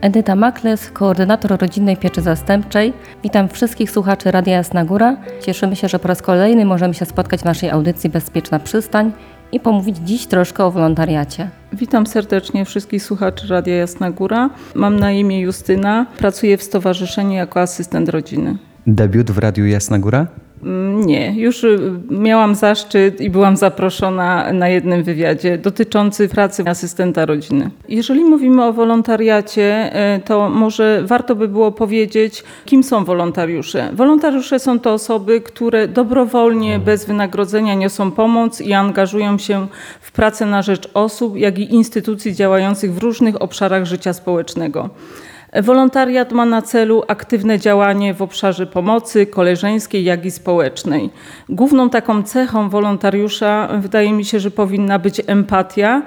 Edyta Makles, koordynator Rodzinnej Pieczy Zastępczej. Witam wszystkich słuchaczy Radia Jasna Góra. Cieszymy się, że po raz kolejny możemy się spotkać w naszej audycji Bezpieczna Przystań i pomówić dziś troszkę o wolontariacie. Witam serdecznie wszystkich słuchaczy Radia Jasna Góra. Mam na imię Justyna, pracuję w stowarzyszeniu jako asystent rodziny. Debiut w Radiu Jasna Góra? Nie, już miałam zaszczyt i byłam zaproszona na jednym wywiadzie dotyczący pracy asystenta rodziny. Jeżeli mówimy o wolontariacie, to może warto by było powiedzieć, kim są wolontariusze. Wolontariusze są to osoby, które dobrowolnie, bez wynagrodzenia niosą pomoc i angażują się w pracę na rzecz osób, jak i instytucji działających w różnych obszarach życia społecznego. Wolontariat ma na celu aktywne działanie w obszarze pomocy koleżeńskiej, jak i społecznej. Główną taką cechą wolontariusza wydaje mi się, że powinna być empatia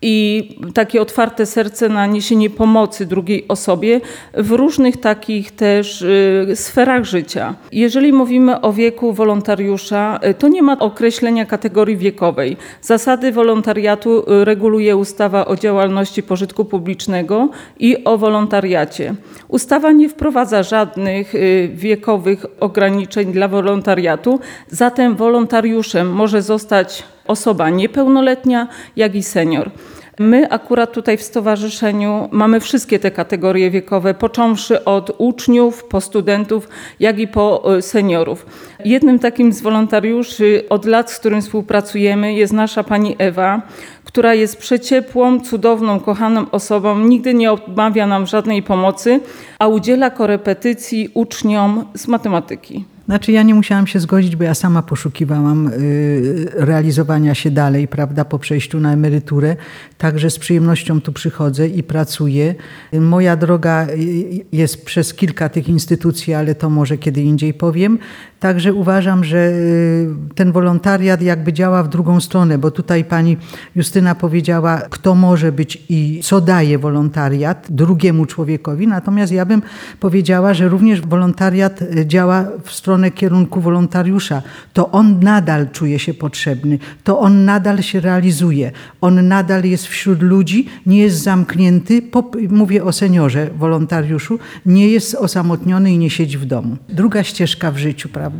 i takie otwarte serce na niesienie pomocy drugiej osobie w różnych takich też sferach życia. Jeżeli mówimy o wieku wolontariusza, to nie ma określenia kategorii wiekowej. Zasady wolontariatu reguluje ustawa o działalności pożytku publicznego i o wolontariacie. Ustawa nie wprowadza żadnych wiekowych ograniczeń dla wolontariatu, zatem wolontariuszem może zostać osoba niepełnoletnia, jak i senior. My akurat tutaj w stowarzyszeniu mamy wszystkie te kategorie wiekowe, począwszy od uczniów, po studentów, jak i po seniorów. Jednym takim z wolontariuszy od lat, z którym współpracujemy, jest nasza pani Ewa, która jest przeciepłą, cudowną, kochaną osobą, nigdy nie odmawia nam żadnej pomocy, a udziela korepetycji uczniom z matematyki. Znaczy ja nie musiałam się zgodzić, bo ja sama poszukiwałam realizowania się dalej, prawda, po przejściu na emeryturę. Także z przyjemnością tu przychodzę i pracuję. Moja droga jest przez kilka tych instytucji, ale to może kiedy indziej powiem. Także uważam, że ten wolontariat jakby działa w drugą stronę, bo tutaj pani Justyna powiedziała, kto może być i co daje wolontariat drugiemu człowiekowi. Natomiast ja bym powiedziała, że również wolontariat działa w stronę kierunku wolontariusza. To on nadal czuje się potrzebny, to on nadal się realizuje, on nadal jest wśród ludzi, nie jest zamknięty, mówię o seniorze wolontariuszu, nie jest osamotniony i nie siedzi w domu. Druga ścieżka w życiu, prawda?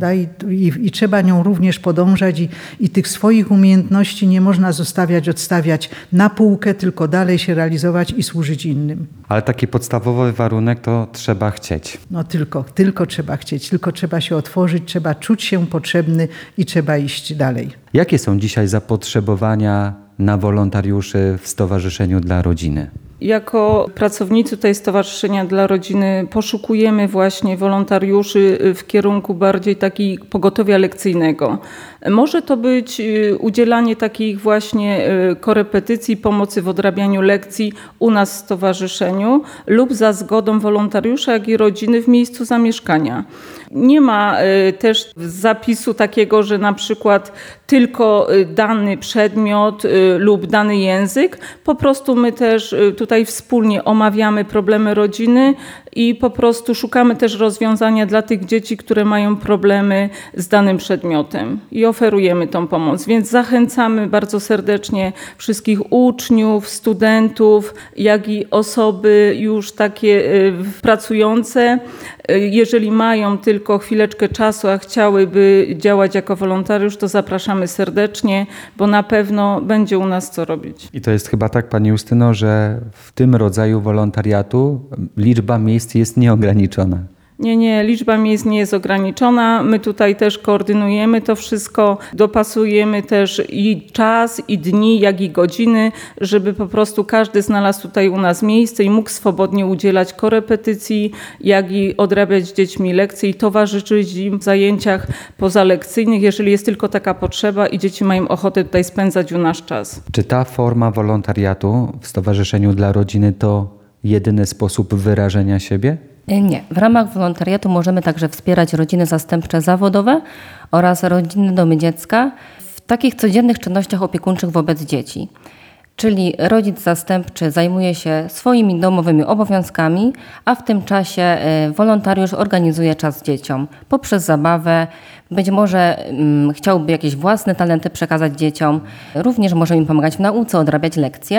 I trzeba nią również podążać i tych swoich umiejętności nie można odstawiać na półkę, tylko dalej się realizować i służyć innym. Ale taki podstawowy warunek to trzeba chcieć. No tylko trzeba chcieć, tylko trzeba się otworzyć, trzeba czuć się potrzebny i trzeba iść dalej. Jakie są dzisiaj zapotrzebowania na wolontariuszy w Stowarzyszeniu dla Rodziny? Jako pracownicy tutaj Stowarzyszenia dla Rodziny poszukujemy właśnie wolontariuszy w kierunku bardziej takiego pogotowia lekcyjnego. Może to być udzielanie takich właśnie korepetycji, pomocy w odrabianiu lekcji u nas w stowarzyszeniu lub za zgodą wolontariusza, jak i rodziny w miejscu zamieszkania. Nie ma też zapisu takiego, że na przykład tylko dany przedmiot lub dany język. Po prostu my też tutaj wspólnie omawiamy problemy rodziny i po prostu szukamy też rozwiązania dla tych dzieci, które mają problemy z danym przedmiotem i oferujemy tą pomoc. Więc zachęcamy bardzo serdecznie wszystkich uczniów, studentów, jak i osoby już takie pracujące. Jeżeli mają tylko chwileczkę czasu, a chciałyby działać jako wolontariusz, to zapraszamy serdecznie, bo na pewno będzie u nas co robić. I to jest chyba tak, pani Justyno, że w tym rodzaju wolontariatu liczba miejsc jest nieograniczona. Nie, liczba miejsc nie jest ograniczona. My tutaj też koordynujemy to wszystko, dopasujemy też i czas, i dni, jak i godziny, żeby po prostu każdy znalazł tutaj u nas miejsce i mógł swobodnie udzielać korepetycji, jak i odrabiać z dziećmi lekcje i towarzyszyć im w zajęciach pozalekcyjnych, jeżeli jest tylko taka potrzeba i dzieci mają ochotę tutaj spędzać u nas czas. Czy ta forma wolontariatu w Stowarzyszeniu dla Rodziny to jedyny sposób wyrażenia siebie? Nie. W ramach wolontariatu możemy także wspierać rodziny zastępcze zawodowe oraz rodziny domy dziecka w takich codziennych czynnościach opiekuńczych wobec dzieci. Czyli rodzic zastępczy zajmuje się swoimi domowymi obowiązkami, a w tym czasie wolontariusz organizuje czas dzieciom poprzez zabawę. Być może chciałby jakieś własne talenty przekazać dzieciom. Również może im pomagać w nauce, odrabiać lekcje.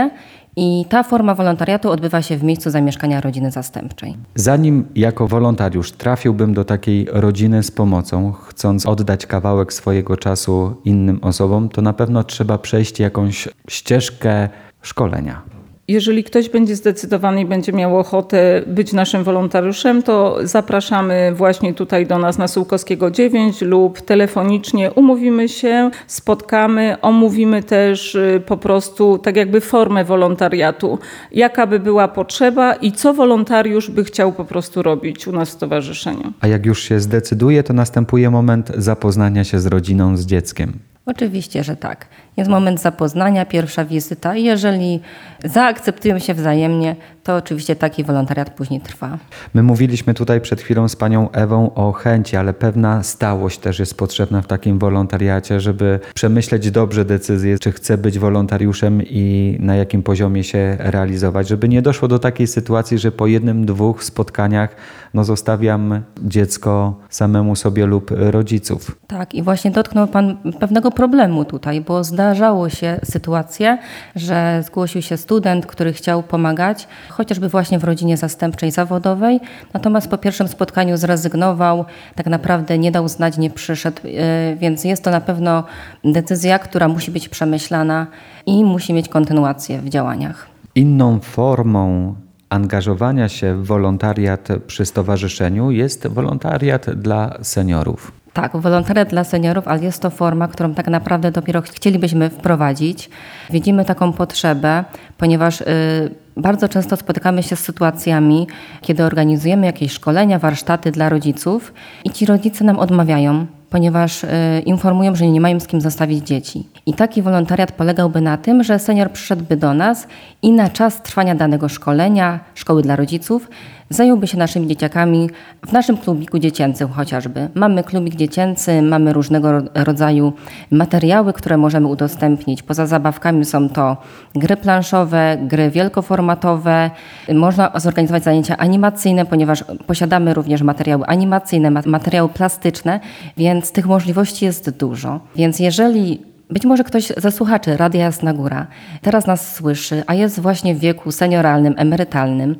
I ta forma wolontariatu odbywa się w miejscu zamieszkania rodziny zastępczej. Zanim jako wolontariusz trafiłbym do takiej rodziny z pomocą, chcąc oddać kawałek swojego czasu innym osobom, to na pewno trzeba przejść jakąś ścieżkę szkolenia. Jeżeli ktoś będzie zdecydowany i będzie miał ochotę być naszym wolontariuszem, to zapraszamy właśnie tutaj do nas na Sułkowskiego 9 lub telefonicznie umówimy się, spotkamy, omówimy też po prostu tak jakby formę wolontariatu, jaka by była potrzeba i co wolontariusz by chciał po prostu robić u nas w stowarzyszeniu. A jak już się zdecyduje, to następuje moment zapoznania się z rodziną, z dzieckiem. Oczywiście, że tak. Jest moment zapoznania, pierwsza wizyta i jeżeli zaakceptują się wzajemnie, to oczywiście taki wolontariat później trwa. My mówiliśmy tutaj przed chwilą z panią Ewą o chęci, ale pewna stałość też jest potrzebna w takim wolontariacie, żeby przemyśleć dobrze decyzję, czy chce być wolontariuszem i na jakim poziomie się realizować, żeby nie doszło do takiej sytuacji, że po 1-2 spotkaniach zostawiam dziecko samemu sobie lub rodziców. Tak, i właśnie dotknął Pan pewnego problemu tutaj, bo zdarzało się sytuacje, że zgłosił się student, który chciał pomagać, chociażby właśnie w rodzinie zastępczej zawodowej, natomiast po pierwszym spotkaniu zrezygnował, tak naprawdę nie dał znać, nie przyszedł, więc jest to na pewno decyzja, która musi być przemyślana i musi mieć kontynuację w działaniach. Inną formą angażowania się w wolontariat przy stowarzyszeniu jest wolontariat dla seniorów. Tak, wolontariat dla seniorów, ale jest to forma, którą tak naprawdę dopiero chcielibyśmy wprowadzić. Widzimy taką potrzebę, ponieważ bardzo często spotykamy się z sytuacjami, kiedy organizujemy jakieś szkolenia, warsztaty dla rodziców i ci rodzice nam odmawiają, ponieważ informują, że nie mają z kim zostawić dzieci. I taki wolontariat polegałby na tym, że senior przyszedłby do nas i na czas trwania danego szkolenia, szkoły dla rodziców, zająłby się naszymi dzieciakami w naszym klubiku dziecięcym chociażby. Mamy klubik dziecięcy, mamy różnego rodzaju materiały, które możemy udostępnić. Poza zabawkami są to gry planszowe, gry wielkoformatowe. Można zorganizować zajęcia animacyjne, ponieważ posiadamy również materiały animacyjne, materiały plastyczne, więc tych możliwości jest dużo. Więc jeżeli być może ktoś ze słuchaczy Radia Jasna Góra teraz nas słyszy, a jest właśnie w wieku senioralnym, emerytalnym,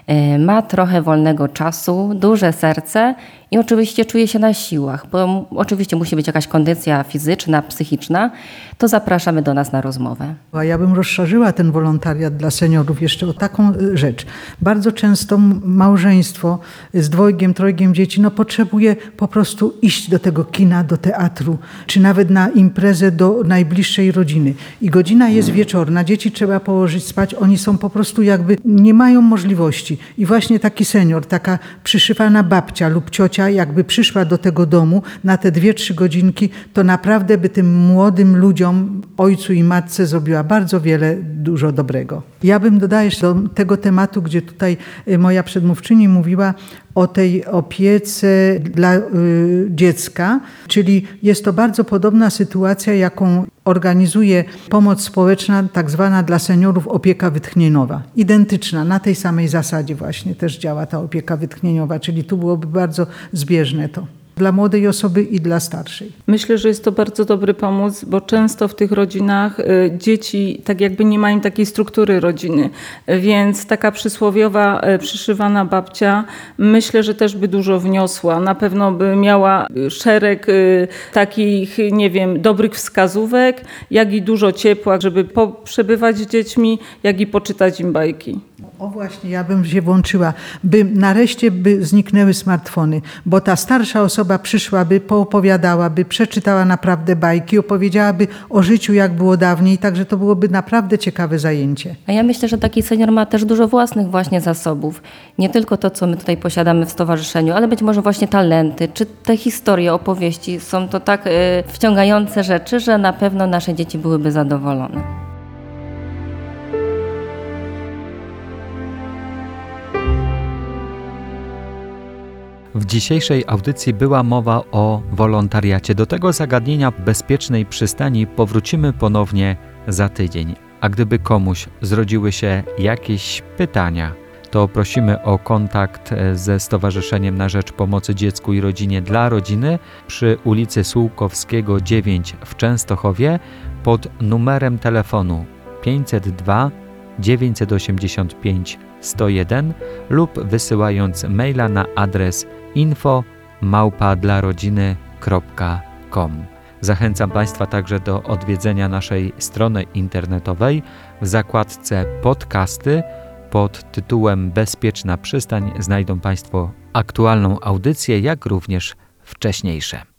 ma trochę wolnego czasu, duże serce i oczywiście czuje się na siłach, bo oczywiście musi być jakaś kondycja fizyczna, psychiczna, to zapraszamy do nas na rozmowę. A ja bym rozszerzyła ten wolontariat dla seniorów jeszcze o taką rzecz. Bardzo często małżeństwo z 2-3 dzieci potrzebuje po prostu iść do tego kina, do teatru, czy nawet na imprezę do najbliższej rodziny. I godzina jest wieczorna, dzieci trzeba położyć spać, oni są po prostu jakby, nie mają możliwości. I właśnie taki senior, taka przyszywana babcia lub ciocia jakby przyszła do tego domu na te 2-3 godzinki, to naprawdę by tym młodym ludziom, ojcu i matce zrobiła bardzo wiele, dużo dobrego. Ja bym dodała jeszcze do tego tematu, gdzie tutaj moja przedmówczyni mówiła o tej opiece dla dziecka, czyli jest to bardzo podobna sytuacja, jaką organizuje pomoc społeczna, tak zwana dla seniorów opieka wytchnieniowa. Identyczna, na tej samej zasadzie właśnie też działa ta opieka wytchnieniowa, czyli tu byłoby bardzo zbieżne to. Dla młodej osoby i dla starszej. Myślę, że jest to bardzo dobry pomysł, bo często w tych rodzinach dzieci tak jakby nie mają takiej struktury rodziny, więc taka przysłowiowa, przyszywana babcia myślę, że też by dużo wniosła. Na pewno by miała szereg takich, nie wiem, dobrych wskazówek, jak i dużo ciepła, żeby przebywać z dziećmi, jak i poczytać im bajki. O właśnie, ja bym się włączyła, by nareszcie zniknęły smartfony, bo ta starsza osoba przyszłaby, poopowiadałaby, przeczytała naprawdę bajki, opowiedziałaby o życiu, jak było dawniej, także to byłoby naprawdę ciekawe zajęcie. A ja myślę, że taki senior ma też dużo własnych właśnie zasobów. Nie tylko to, co my tutaj posiadamy w stowarzyszeniu, ale być może właśnie talenty, czy te historie, opowieści. Są to tak wciągające rzeczy, że na pewno nasze dzieci byłyby zadowolone. W dzisiejszej audycji była mowa o wolontariacie. Do tego zagadnienia bezpiecznej przystani powrócimy ponownie za tydzień. A gdyby komuś zrodziły się jakieś pytania, to prosimy o kontakt ze Stowarzyszeniem na Rzecz Pomocy Dziecku i Rodzinie dla Rodziny przy ulicy Sułkowskiego 9 w Częstochowie pod numerem telefonu 502 985 101 lub wysyłając maila na adres info@dlarodziny.com. Zachęcam Państwa także do odwiedzenia naszej strony internetowej. W zakładce podcasty pod tytułem Bezpieczna przystań znajdą Państwo aktualną audycję, jak również wcześniejsze.